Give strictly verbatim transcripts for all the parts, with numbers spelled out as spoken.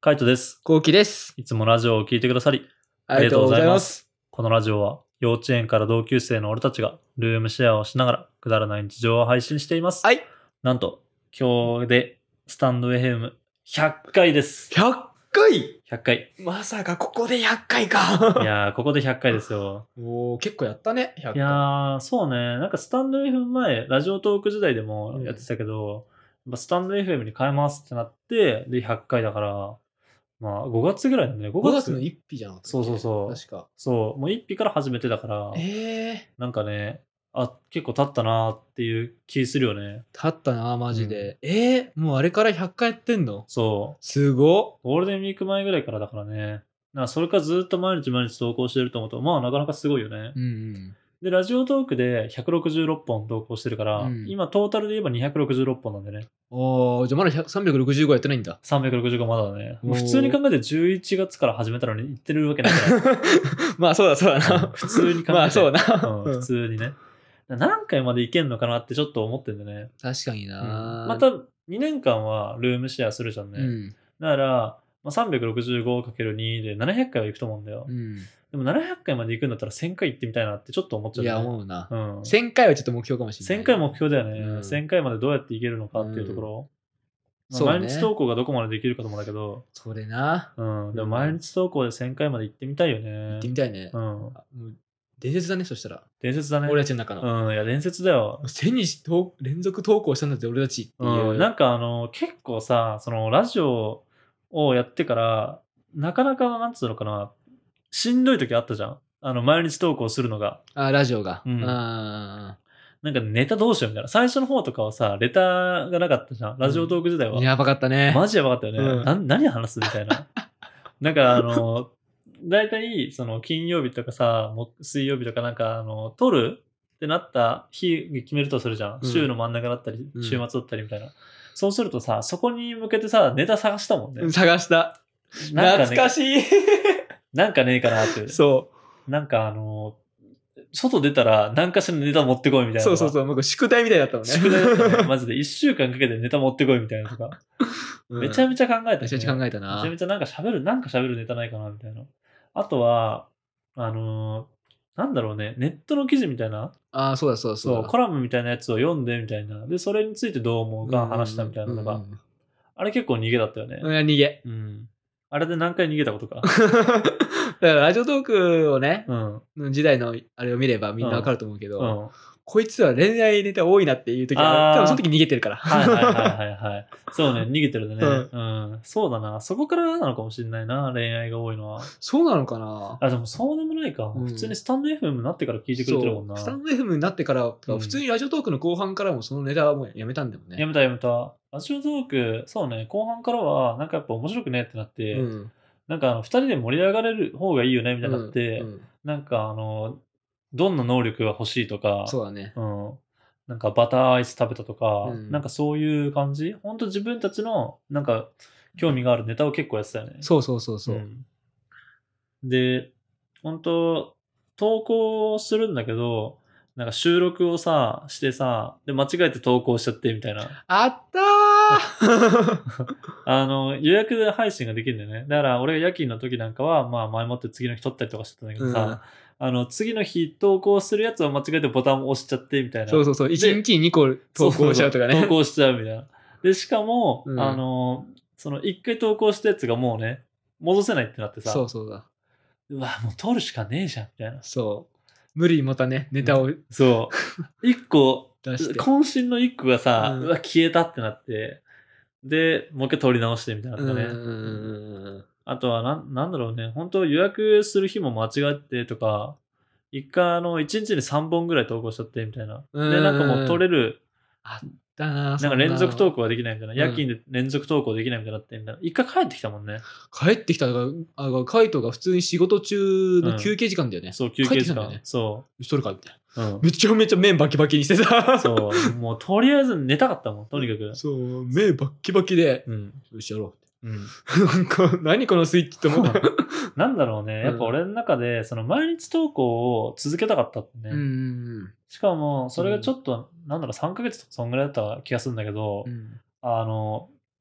カイトです。 こうきです。 いつもラジオを聞いてくださりありがとうございます。 このラジオは幼稚園から同級生の俺たちがルームシェアをしながらくだらない日常を配信しています。 はい。 なんと今日でスタンド エフエムひゃっかいです。 ひゃっかいひゃっかい。 まさかここでひゃっかいか。 いやー、ここでひゃっかいですよ。 おー、結構やったね、ひゃっかい。 いやー、そうね。なんかスタンド エフエム 前、ラジオトーク時代でもやってたけど、やっぱスタンド エフエム に変えますってなって、で、ひゃっかいだから、まあ、ごがつぐらいだね。 ごがつのいっぴじゃん。 そうそうそう。 確か。 そう、もういっぴから始めてたから、 えー、 なんかね、あ、結構経ったなーっていう気するよね。 経ったな、マジで。えー、もうあれからひゃっかいやってんの？ そう。 すごっ。 ゴールデンウィーク前ぐらいからだからね。なんかそれからずっと毎日毎日投稿してると思うと、まあなかなかすごいよね。 うんうんで、ラジオトークでひゃくろくじゅうろっぽん投稿してるから、 うん今トータルで言えばにひゃくろくじゅうろっぽんなんでね。 おー、じゃあまださんびゃくろくじゅうごやってないんだ。 さんびゃくろくじゅうごまだね。 おーもう普通に考えてじゅういちがつから始めたのに言ってるわけないから。 まあそうだそうだうんな。 普通に考えて。 まあそうな。 うん、普通にね。何回までいけんのかなってちょっと思ってんだよね。 確かにうんな。 またにねんかんはルームシェアするじゃんね。 うん。 だから、まあ、さんびゃくろくじゅうごかけるに でななひゃっかいは行くと思うんだよ。 うん。 でもななひゃっかいまで行くんだったらせんかい行ってみたいなってちょっと思っちゃいうや、 ね。 思うな。 うん。 せんかいはちょっと目標かもしれない。 せんかい目標だよね。 うんせんかいまでどうやって行けるのかっていうところ。まあそうね毎日投稿がどこまでできるかともだけど、 それな。 うん。でも毎日投稿でせんかいまで行ってみたいよね。 行ってみたいね。 うん。 あもう伝説だね、そしたら。 伝説だね。 俺たちの中の。 うん。いや、伝説だよ。 せんにちと連続投稿したんだって俺たちっていう。 うん。なんかあの、結構さ、そのラジオをやってから、なかなか、なんつうのかな、しんどい時あったじゃん。あの、毎日投稿するのが。 あ、ラジオが。 うんあなんかネタどうしようみたいな。最初の方とかはさ、レターがなかったじゃん。ラジオトーク時代は。 ーやばかったね。 マジやばかったよね。 うんな何話すみたいな。なんかあの、だいたいその金曜日とかさ、も水曜日とかなんかあの、撮るってなった日決めるとするじゃん。 うん週の真ん中だったり、 うん週末だったりみたいな。そうするとさ、そこに向けてさ、ネタ探したもんね。 探した。 なん懐かい。 しい。 なんかねえかなって。 そなんかあの、外出たら何かしらネタ持ってこいみたいな。 そうそうそう。なんか宿題みたいだったもんね。 宿題だったね。マジでいっしゅうかんかけてネタ持ってこいみたいなとか。 うんめちゃめちゃ考えた、ね。 めちゃめちゃ考えたなめちゃめちゃなんか喋る、なんか喋るネタないかなみたいな。あとは、あのーなんだろうね、ネットの記事みたいな、 ああ、そうだそうだそうそう、 だ。 コラムみたいなやつを読んでみたいな。で、それについてどう思うか話したみたいなのが、 うんあれ結構逃げだったよね。 うんうん。逃げ。 うん。あれで何回逃げたことか。 だからラジオトークをねう、ん。 時代のあれを見ればみんなわかると思うけど、 うん。 こいつは恋愛ネタ多いなっていう時は、 あー多分その時逃げてるから。 はいはいはいはいはい。そうね、逃げてるね。 ううん。そうだな。そこからなのかもしれないな、恋愛が多いのは。 そうなのかな。 あ、でもそうでもないか。 うん普通にスタンド エフエム になってから聞いてくれてるもんな。 そうスタンド エフエム になってから、 うん普通にラジオトークの後半からもそのネタはもうやめたんだよね。 やめたやめた。ラジオトーク、そうね、後半からは、なんかやっぱ面白くねってなって、 うん。 なんかあの、二人で盛り上がれる方がいいよね、みたいになって、 うんうんなんかあの、どんな能力が欲しいとか、 そうだね。 うん。なんかバターアイス食べたとか、 うんなんかそういう感じほんと自分たちの、なんか、興味があるネタを結構やってたよね。 そうそうそうそう。 んで、本当投稿するんだけど、なんか収録をさ、してさ、で、間違えて投稿しちゃってみたいな。 あったーあの、予約で配信ができるんだよね。だから俺が夜勤の時なんかは、まあ前もって次の日撮ったりとかしてたんだけどさ、あの、次の日投稿するやつを間違えてボタンを押しちゃってみたいな。 そうそうそう。いちにちににこ投稿しちゃうとかね。 そうそうそう投稿しちゃうみたいな。で、しかも、 うんあの、そのいっかい投稿したやつがもうね、戻せないってなってさ、 そうそうだ。 うわ、もう撮るしかねえじゃん、みたいな。 そう。無理にまたね、ネタをそう。一個、 出して。 渾身の一個がさ、 ううんわ、消えたってなって、で、もう一回撮り直してみたいなとかね。 うんうんうんうんあとはなん、なんだろうね、本当予約する日も間違ってとか、一回あの、一日にさんぼんぐらい投稿しちゃってみたいな。 うんで、なんかもう撮れる、 あったななんか連続投稿。 稿ができないみたいな。 うん夜勤で連続投稿できないみたいになってみたいな。一回帰ってきたもんね。 帰ってきたが、あがカイトが普通に仕事中の休憩時間だよね。 そう、休憩時間。 帰ってきたんだよね。 そしとるかみたいな。 う。うん。 めちゃめちゃ麺バキバキにしてた。 そう。もうとりあえず寝たかったもん、とにかく。 そう、目バッキバキで、 うん。 よしやろうん。 う。なんか、何このスイッチって思った。 なんだろうね。やっぱ俺の中で、その毎日投稿を続けたかったってね。 うんうんしかも、それがちょっと、なんだろう、さんかげつとかそんぐらいだった気がするんだけど、 うん。 あの、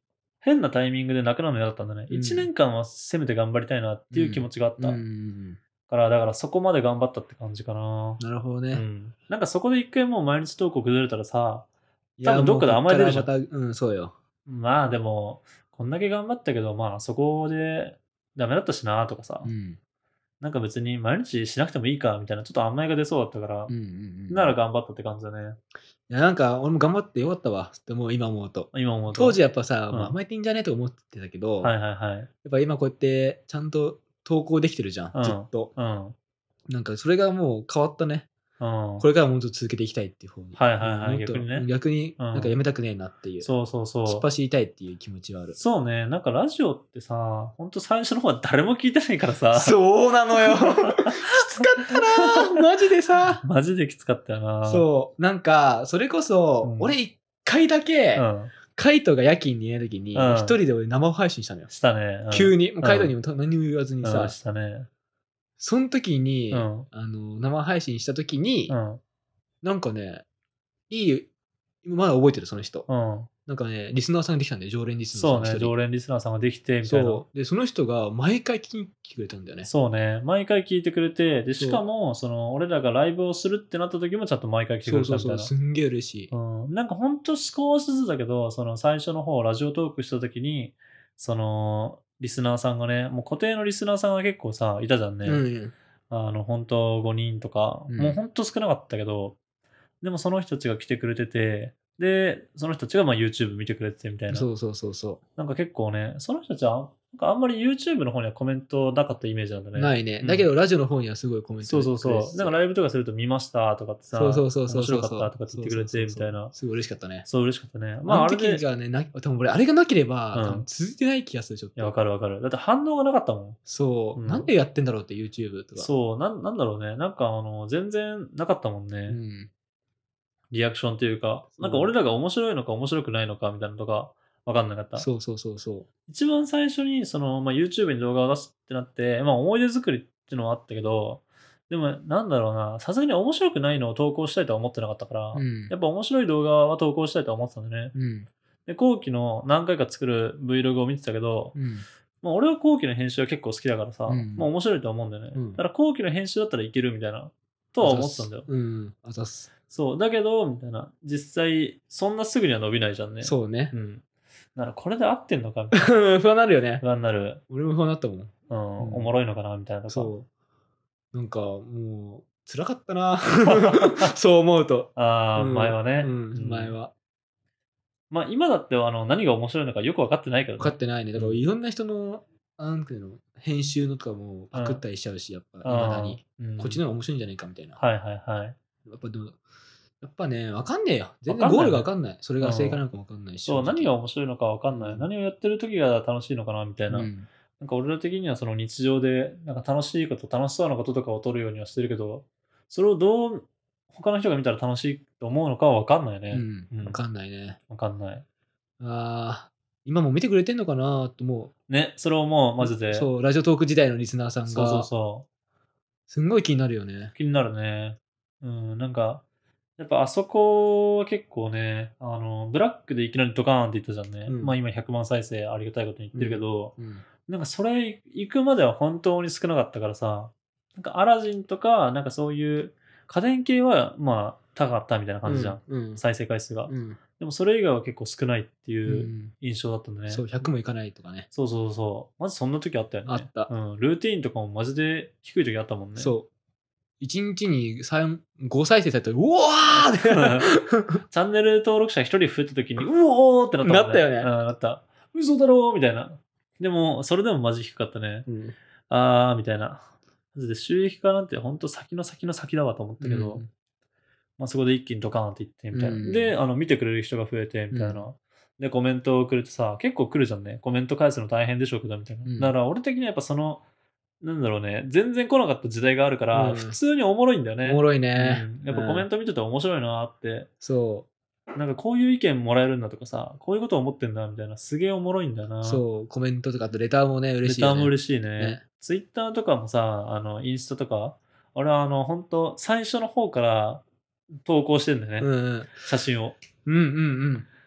変なタイミングでなくなるの嫌だったんだね。 うんいちねんかんはせめて頑張りたいなっていう気持ちがあった。 うんうんうんから、だからそこまで頑張ったって感じかな。 なるほどね。 うん。なんかそこで一回もう毎日投稿崩れたらさ、 いや多分どっかでもう甘えてるじゃんこっからまた、うん、そうよ。 まあでも、こんだけ頑張ったけど、まあそこでダメだったしなとかさ、 うん。 なんか別に毎日しなくてもいいかみたいなちょっと甘えが出そうだったから、 うんうんうん。 なら頑張ったって感じだね。 いや、なんか俺も頑張ってよかったわ。でも今思うと。 今思うと。 当時やっぱさ、 うんもう甘えていいんじゃねと思ってたけど、 はいやはいはい。 っぱ今こうやってちゃんと投稿できてるじゃん、 うんずっと。 うん。 なんかそれがもう変わったね。 うん。 これからもっと続けていきたいっていう方に。 はいはいはいもっと逆にね逆にうんなんかやめたくねえなっていう。 そうそうそう。 突っ走りたいっていう気持ちはある。 そうね、なんかラジオってさ、ほんと最初の方は誰も聞いてないからさ、 そうなのよ。きつかったなマジでさ。 マジできつかったよな。 そう。なんか、それこそ、 うん俺一回だけ、 うん。 カイトが夜勤にいない時に、 うん一人で俺生配信したのよ。 したね。うん急に。もうカイトにも何も言わずにさうん、、したね。 その時に、 うんあの、生配信した時に、 うん。 なんかね、いい、まだ覚えてる、その人。 うん。 なんかね、リスナーさんができたんだよ、常連リスナーさそうね、 んが一人。 常連リスナーさんができて、みたいな。 そう。で、その人が毎回聞きに来てくれたんだよね。 そうね、毎回聞いてくれて、で、 そうしかも、その、俺らがライブをするってなった時もちゃんと毎回来てくそうそうそう、 れたみたいな。 すんげえ嬉しい。 うん、なんかほんと少しずつだけど、その最初の方、ラジオトークした時に、その、リスナーさんがね、もう固定のリスナーさんが結構さ、いたじゃんね。 うん。 あの、本当ごにんとか、 うんもうほんと少なかったけど、でもその人たちが来てくれてて、で、その人たちがまあ YouTube 見てくれててみたいな。 そうそうそうそなんか結構ね、その人たちは、なんかあんまり YouTube の方にはコメントなかったイメージなんだう。 ね。 ないね。 うんだけど、ラジオの方にはすごいコメントそうそうくれてそう。なんかライブとかすると見ましたとかってさ、 そうそうそうそうそう。 面白かったとかって言ってくれてみたいな。 すごい嬉しかったね。 そう嬉しかったね。 まあ、あのまああれで、い時がね、な多分俺、あれがなければ、 うん多分続いてない気がする、ちょっや、わと。 かるわかる。だって反応がなかったもん。 そう、 うんなんでやってんだろうって、YouTube とか。 そう、なんなんだろうね。なんかあの、全然なかったもんね。 うん。 リアクションっていうか、 そうなんか俺らが面白いのか面白くないのかみたいなのとか、わかんなかった。 そうそうそうそう。 一番最初に、その、まあ、YouTube に動画を出すってなって、まあ、思い出作りっていうのはあったけど、でも、なんだろうな、さすがに面白くないのを投稿したいとは思ってなかったから、 うんやっぱ面白い動画は投稿したいとは思ってたんだね。 うん。 で、後期の何回か作る Vlog を見てたけど、 うん。 まあ、俺は後期の編集は結構好きだからさ、 うんまあ面白いとは思うんだよね。 うんだから後期の編集だったらいけるみたいな、とは思ってたんだよ。 うん。あざっす。 そう、だけど、みたいな、実際、そんなすぐには伸びないじゃんね。 そうねう。ん。だからこれで合ってんのかみたいな。 不安なるよね。 不安になる。 俺も不安だったもん。 うん、 うんおもろいのかなみたいなとか。 そう。なんか、もう、辛かったな。そう思うと。 ああ、 うん前はね。 うん、 うん前は。 まあ今だってあの何が面白いのかよく分かってないけどね。 分かってないね。だから、いろんな人の、なんていうの、編集のとかもパクったりしちゃうし、やっぱ、いまだに。 あーうんこっちの方が面白いんじゃないかみたいな。 はいはいはい。 やっぱでも、やっぱね、わかんねえよ。全然わかんないねゴールがわかんない。それが正解なのかもわかんないし。 そう、何が正面白いのか分かんない。 うん何をやってる時が楽しいのかなみたいな。 直うんなんか俺ら的にはその日常でなんか楽しいこと、楽しそうなこととかを撮るようにはしてるけど、それをどう他の人が見たら楽しいと思うのかは分かんないね。 うん。 うんわかんないね。 分かんない。 ああ、今も見てくれてんのかなと思ね、それをもうう。 マジで。そうそう、ラジオトーク時代のリスナーさんが。 そうそうそう。 すんごい気になるよね。 気になるね。うん、なんか、やっぱあそこは結構ね、あの、ブラックでいきなりドカーンって言ったじゃんね。 うんまあ今ひゃくまん再生ありがたいことに言ってるけど、 うん。 なんかそれ行くまでは本当に少なかったからさ、なんかアラジンとか、なんかそういう家電系はまあ高かったみたいな感じじゃん。 うん。 再生回数が。 うん。 でもそれ以外は結構少ないってう。 いうん印象だったんだね。 そう、ひゃくもいかないとかね。 そうそうそう。まずそんな時あったよね。 あったうん。ルーティーンとかもマジで低い時あったもんね。 そう。いちにちにさん、ご再生されたら、うわーって。 チャンネル登録者一人増えた時に、うおーってなったもんね。 なったよねうん、なった。嘘だろーみたいな。でも、それでもマジ低かったね。 うんあーみたいな。マジで収益化なんて本当先の先の先だわと思ったけど、 うんまあそこで一気にドカーンっていって、みたいな。 うんで、あの、見てくれる人が増えて、みたいな。で、コメントをくれてさ、結構来るじゃんね。コメント返すの大変でしょうけど、みたいな。 うんだから俺的にはやっぱその、なんだろうね、全然来なかった時代があるから、 うん普通におもろいんだよね。 おもろいね。 うんやっぱコメント見てて面白いなって。 そなんかこういう意見もらえるんだとかさ、こういうこと思ってんだみたいな、すげえおもろいんだよな。 う。そう。コメントとかあとレターもね、嬉しいレタよね。 ーも嬉しいね。 ねツイッターとかもさ、あの、インスタとか、俺はあの、本当最初の方から投稿してんだよね。 うんうん。 写真を。 うんうんうん。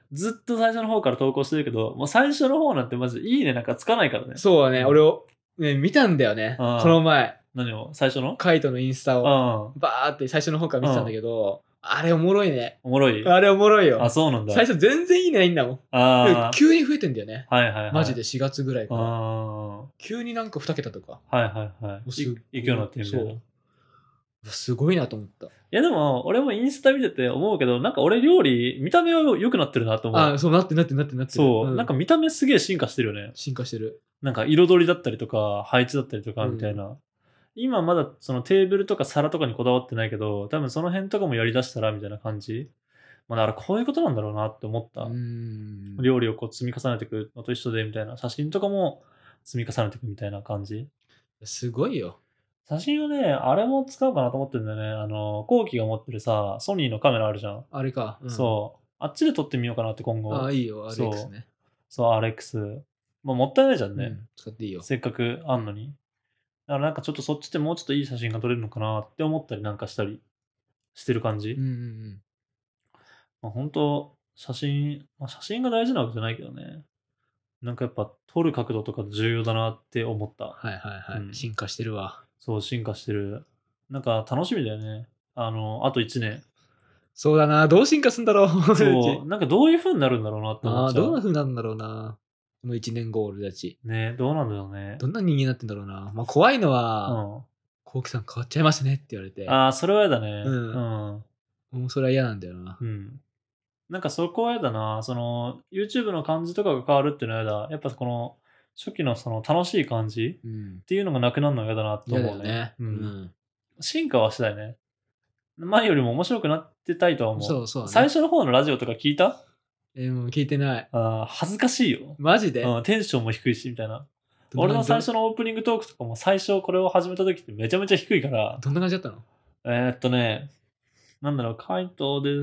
ずっと最初の方から投稿してるけど、もう最初の方なんてマジでいいねなんかつかないからね。 そうだね、 うん俺を、ね、見たんだよね。 あーこの前、 何を最初のカイトのインスタを、 ああ、 バーって最初の方から見てたんだけど、あれおもろいね。 おもろい。 あれおもろいよ。 あ、そうなんだ。 最初全然いいねないんだもん。であ急に増えてんだよね。 あ、はいはいはい。 マジでしがつぐらいから。 あ急になんかに桁とか。 あ、はいはいはい。 すっごい行くようになってるみたいな。 そいうすごいなと思った。 やでも、俺もインスタ見てて思うけど、なんか俺料理、見た目は良くなってるなと思う。 あ、そうなってなってなってなってる。 そう、 んなんか見た目すげえ進化してるよね。 進化してる。 なんか彩りだったりとか、配置だったりとかみたいな。今まだそのテーブルとか皿とかにこだわってないけど、多分その辺とかもやりだしたらみたいな感じ。まあだからこういうことなんだろうなって思った。 うん。 料理をこう積み重ねていくのと一緒でみたいな。写真とかも積み重ねていくみたいな感じ。 すごいよ。 写真はね、あれも使おうかなと思ってるんだよね。あの、コウキが持ってるさ、ソニーのカメラあるじゃん。 あれか。うん、 そう。あっちで撮ってみようかなって今後。 ああ、いいよ、アレックスそうね。 そう、アレックス。まあ、もったいないじゃんね。 うん、使っていいよ。 せっかくあんのに。だからなんかちょっとそっちでもうちょっといい写真が撮れるのかなって思ったりなんかしたりしてる感じ。 うんうんうん。 まあ、本当写真、まあ、写真が大事なわけじゃないけどね。なんかやっぱ撮る角度とか重要だなって思った。 はいはいはい。 うん進化してるわ。 そう、進化してる。なんか楽しみだよね。あの、あといちねん。 そうだな、どう進化するんだろう。 そう、なんかどういう風になるんだろうなって思ああ、 っちゃう。 どんな風になるんだろうな。このいちねんご、俺たち。 ね、どうなんだろうね。 どんな人間になってんだろうな。まあ、怖いのうは、 ん。 コウキさん変わっちゃいましたねって言われて。 ああ、それは嫌だね。 うんうん。 もうそれは嫌なんだよな。 うん。なんかそこは嫌だな。その、YouTube の感じとかが変わるっていうのは嫌だ。やっぱこの、初期のその楽しい感じうんっ。ていうのがなくなるのは嫌だなって嫌だ思うね。 よね。 う。 うんん。 進化はしたいね。前よりも面白くなってたいとは思う。 そうそうね最初の方のラジオとか聞いたえーもう聞いてない。 あー恥ずかしいよ。 マジで、 うん、テンションも低いし、みたいな。 どんな俺の最感じ初のオープニングトークとかも最初これを始めた時ってめちゃめちゃ低いから、 どんな感じだったのえー、っとね、なんだろう、カイトです、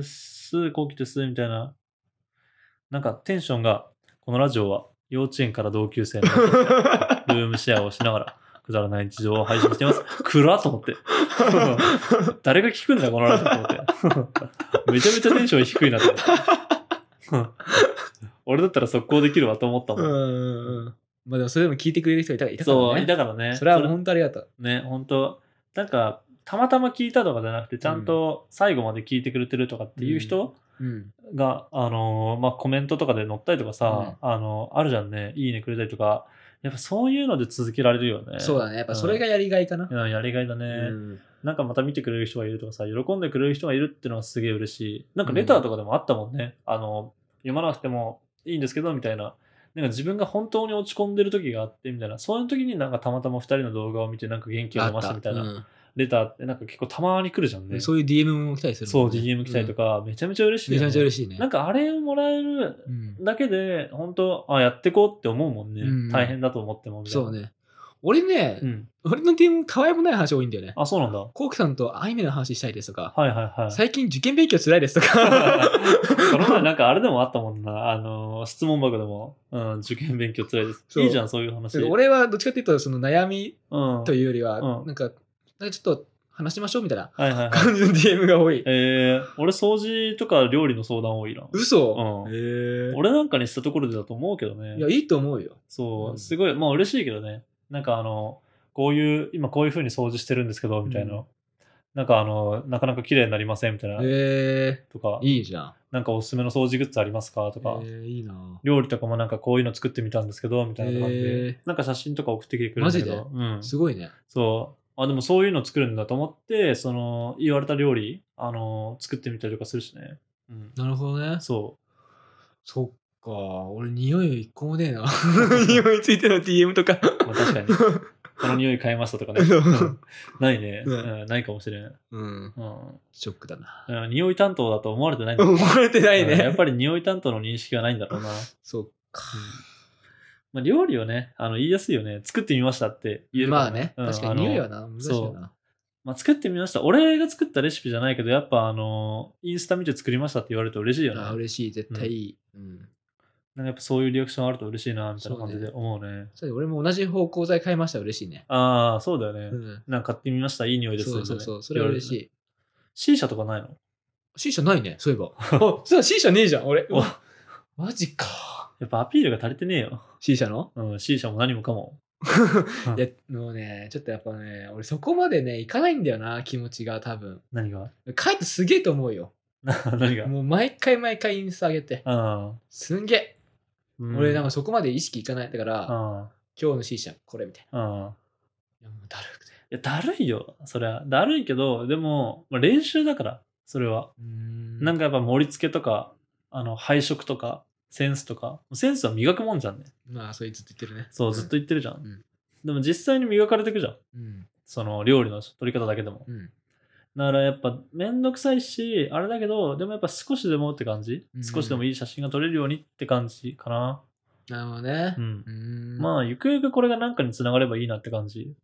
コウキです、みたいな。なんかテンションが、このラジオは幼稚園から同級生のルームシェアをしながら、くだらない日常を配信しています。暗っと思って。誰が聞くんだよ、このラジオと思って。めちゃめちゃテンション低いなと思って。俺だったら速攻できるわと思ったもん。 うんうんうん。まあでもそれでも聞いてくれる人いたいたからね。 そう、いたからね。 それはもう本当ありがとう。 ね、本当なんか、たまたま聞いたとかじゃなくて、ちゃんと最後まで聞いてくれてるとかっていう人うん。 が、あのーまあ、コメントとかで載ったりとかさ、あのあるじゃんね、いいねくれたりとか、やっぱそういうので続けられるよね。 そうだね。やっぱそれがやりがいかな。 うん、やりがいだね、 うんなんかまた見てくれる人がいるとかさ、喜んでくれる人がいるっていうのはすげえ嬉しい。なんかレターとかでもあったもんね。あの、読まなくてもいいんですけど、みたいな。なんか自分が本当に落ち込んでる時があって、みたいな。そういう時になんかたまたまふたりの動画を見てなんか元気が出ましたみたいな。 あっレターってなんか結構たまに来るじゃんね。 たうんそういう ディーエム も来たりするそう、 もんねディーエム 来たりとか。 か、めちゃめちゃ嬉しいよね。 めちゃめちゃ嬉しいね。 なんかあれをもらえるうんだけで、本当あ、やってこうって思うもんね。 うん大変だと思ってもみたいな。 そうね。俺ね、 うん。 俺の ディーエム たわいもない話多いんだよね。 あ、そうなんだ。はコウキさんとアニメの話したいですとか、 いはいはい。 最近受験勉強辛いですとか。 この前なんかあれでもあったもんな。あのー、質問箱でも、うん、受験勉強辛いです。 そういいじゃん、そういう話。 俺はどっちかっていうと、その悩みうん。 というよりは、 うんなんか、なんかちょっと話しましょうみたいなはいはいはい。 感じの ディーエム が多い。 えー、俺掃除とか料理の相談多いな。 嘘、 うんへえ俺なんかにしたところでだと思うけどね。 いや、いいと思うよ。 そうう、 んすごい、まあ嬉しいけどね。なんかあの、こういう、今こういう風に掃除してるんですけど、みたいな。 うんなんかあの、なかなか綺麗になりませんみたいな。 へとかえ、いいじゃん。 なんかおすすめの掃除グッズありますかとか。 へえ、いいな。 料理とかもなんかこういうの作ってみたんですけど、みたいな感じへでー。 なんか写真とか送ってきてくれるんだけど。うん。 すごいね。 そう。あ、でもそういうの作るんだと思って、その、言われた料理、あの、作ってみたりとかするしね。うん。 なるほどね。 そそっか。俺、匂い一個もねえな。匂いついての ディーエム とか。 う。まあ確かに。この匂い変えましたとかね。 そううんないね、 ううんん。ないかもしれん。 うん。 うショックだな。 ん。うん匂い担当だと思われてないんだ思われてないね。 うんやっぱり匂い担当の認識がないんだろうな。 そっか。 まあ、料理をね、あの言いやすいよね。作ってみましたって言えるからまあね。 うん確かに匂いはな、難しいよな。 まあ、作ってみました。俺が作ったレシピじゃないけど、やっぱあの、インスタ見て作りましたって言われると嬉しいよね。 あ嬉しい。絶対いい。うん。 なんかやっぱそういうリアクションあると嬉しいな、みたいな感じでそうね思うね。 それ俺も同じ芳香剤買いました。嬉しいね。 ああ、そうだよね。 うん。 なんか買ってみました。いい匂いですそうそうそう。それは嬉しい。 い。 シーシャとかないの C 社ないね。そういえば。あ、そうだ C 社ねえじゃん。俺。 おマジか。 やっぱアピールが足りてねえよ。 C 社のうん、C 社も何もかも。 いや、もうね、ちょっとやっぱね、俺そこまでね、いかないんだよな、気持ちが多分。 何がカイトすげえと思うよ。 何がもう毎回毎回インスタ上げて。 あすんげえ。 うん俺なんかそこまで意識いかない。だから、 あ今日の C 社これみたいな。 あいやもうだるくて。 いや、だるいよ。そりゃ。だるいけど、でも、まあ、練習だから、それは。 うーんなんかやっぱ盛り付けとか、あの、配色とか、センスとか。センスは磨くもんじゃんね。 まあ、それずっと言ってるね。 そう、ずっと言ってるじゃん。 うんでも実際に磨かれていくじゃん。 うん。 その料理の取り方だけでも。 うん。 だからやっぱめんどくさいし、あれだけど、でもやっぱ少しでもって感じ、 うん少しでもいい写真が撮れるようにって感じかな。 なるほどね。 うんうーん。 まあ、ゆくゆくこれが何かにつながればいいなって感じ。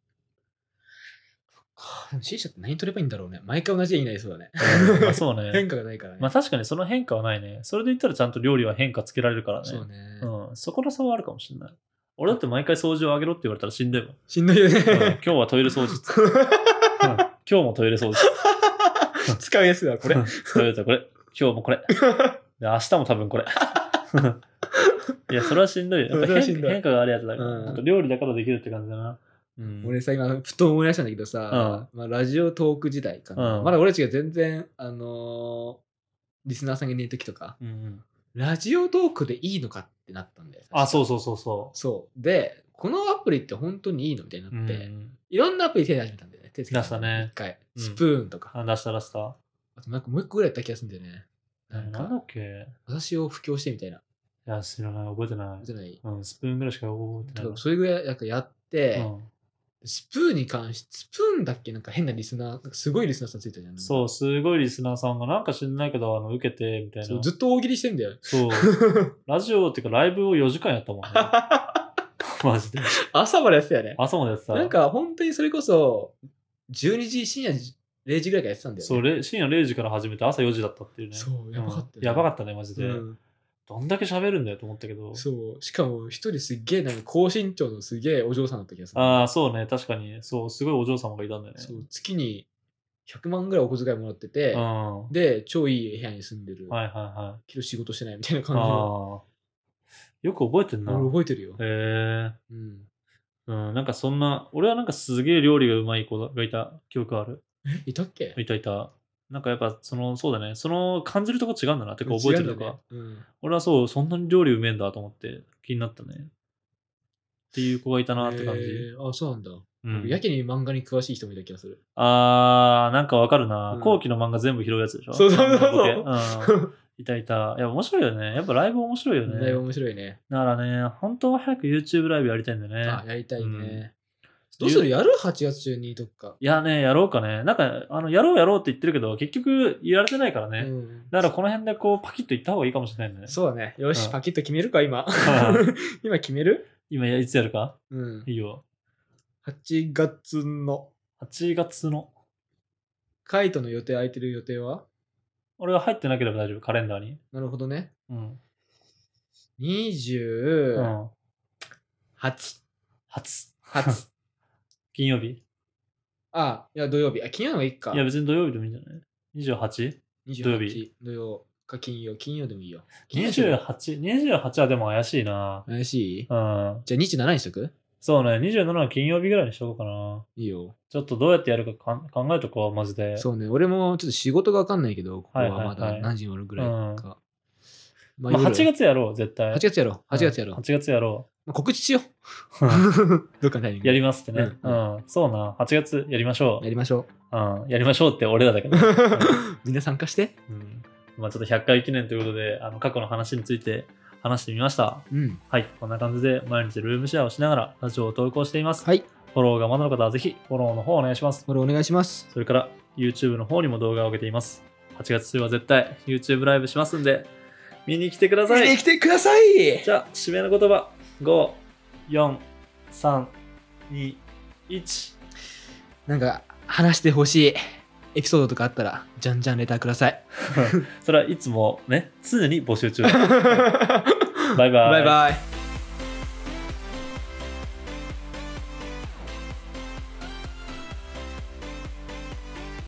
でも C 社って何撮ればいいんだろうね。毎回同じ絵になりそうだね。 まあそうね。 変化がないからね。 まあ確かにその変化はないね。それで言ったらちゃんと料理は変化つけられるからね。 そうね。 うん。そこの差はあるかもしれない。俺だって毎回掃除をあげろって言われたらしんどいもん。 しんどいよね。 うん、今日はトイレ掃除っつって、うん。今日もトイレ掃除。 使いやすいわ、これ。 使うやつはこれ。今日もこれ。で明日も多分これ。いや、それはしんどいよ。やっぱそれはしんどい変変化があるやつだから。 うんなんか料理だからできるって感じだな。うん、 俺さ、今、ふと思い出したんだけどさ、まあ、ラジオトーク時代かな。 うんまだ俺たちが全然、あのーリスナーさんがいない時とか、 うんうん、 ラジオトークでいいのかってなったんだよ。 あ、そうそそうそうそそう。で、このアプリって本当にいいのみたいにう。 なって、 うん、 いろんなアプリ手で始めたんだよね。手つけ出したね一回。 うんスプーンとか。 あ、出した出した。 あとなんかもう一個ぐらいやった気がするんだよね。ななんんか、 だっけ私を布教してみたいな。 いや、知らない。覚えてない覚え。てない。 うん、スプーンぐらいしか覚えてないだから。それぐらいなんかやって、 うんスプーンに関して、スプーンだっけなんか変なリスナー、なんかすごいリスナーさんついたじゃん。 そう、すごいリスナーさんがなんか知んないけど、あの、受けて、みたいな。 そうずっと大喜利してんだよ。 そう。ラジオっていうかライブをよじかんやったもんね。マジで。 朝までやってたよね。 朝までやってた。 なんか本当にそれこそ、じゅうにじ、深夜れいじぐらいからやってたんだよね。 そう、れ深夜れいじから始めて朝よじだったっていうね。 そうやばかったよねうんやばかったね、マジで。 うんどんだけ喋るんだよと思ったけど。 そう。しかも一人すっげえ、なんか高身長のすげえお嬢さんだった気がする。 ああ、そうね、確かに。そう、すごいお嬢様がいたんだよね。 そう。月にひゃくまんぐらいお小遣いもらってて、 うん。はで、超いい部屋に住んでる。 いはいはい。 けど仕事してないみたいな感じの。 ああ。よく覚えてんな。 俺覚えてるよ。 へえ。 うん。 うん、なんかそんな、俺はなんかすげえ料理がうまい子がいた記憶ある。 え、いたっけいたいた。なんかやっぱその、そうだね。その感じるとこ違うんだな。てか覚えてるのか。 違うんだよねうん。 俺はそう、そんなに料理うめえんだと思って気になったね。っていう子がいたなって感じ。 へーあ、そうなんだ。 うん、 やけに漫画に詳しい人もいた気がする。 あー、なんかわかるな。 うん後期の漫画全部拾うやつでしょ。 そうそうそうそうボケうん。いたいた。いや、面白いよね。やっぱライブ面白いよね。 だいぶ面白いね。 だからね、本当は早く YouTube ライブやりたいんだよね。 あ、やりたいね。 うんどうするやる ?はち 月中にどっか。 いやね、やろうかね。なんか、あの、やろうやろうって言ってるけど、結局、やられてないからね。 うんだからこの辺でこう、パキッといった方がいいかもしれないんだね。 そうだね。よし、 うんパキッと決めるか、今。今決める今、いつやるかうん。 いいよ。 はちがつの、 はちがつの。 カイトの予定空いてる予定は俺は入ってなければ大丈夫、カレンダーに。 なるほどね。 うん。 にじゅううん。 はち。 初。 初。 金曜日あ、いや、土曜日。あ、金曜の方がいいか。 いや、別に土曜日でもいいんじゃない ?にじゅうはち? にじゅうはち土曜日土曜か金曜。金曜でもいいよ。 にじゅうはち、にじゅうはちはでも怪しいな。 怪しいうん。 じゃあにじゅうしちにしとくそうね、にじゅうしちは金曜日ぐらいにしとこうかな。 いいよ。 ちょっとどうやってやるかかん考えとこう、マジで。 そうね。俺もちょっと仕事がわかんないけど、ここははいはいはいまだ何時に終わるぐらいか。ままあ、 夜はちがつやろう、絶対。 はちがつやろう。はちがつやろうは。ちがつやろまあ告知しよう。 う。どっかのタイミングでやりますってね。 ううんん。そうな。はちがつやりましょう。 やりましょうん。やりましょうって俺らだけど。 う。みんな参加して。 うん。まあちょっとひゃっかい記念ということで、あの過去の話について話してみました。 うん。 はい。こんな感じで毎日ルームシェアをしながらラジオを投稿しています。 はい。 フォローがまだの方はぜひフォローの方お願いします。 これお願いします。 それから YouTube の方にも動画を上げています。はちがつ中は絶対 YouTube ライブしますんで、見に来てください。 見に来てください。 じゃあ、締めの言葉。ご、よん、さん、に、いち。 なんか、話してほしいエピソードとかあったら、じゃんじゃんレターください。 それはいつもね、常に募集中。バイバイ。 バイバイ。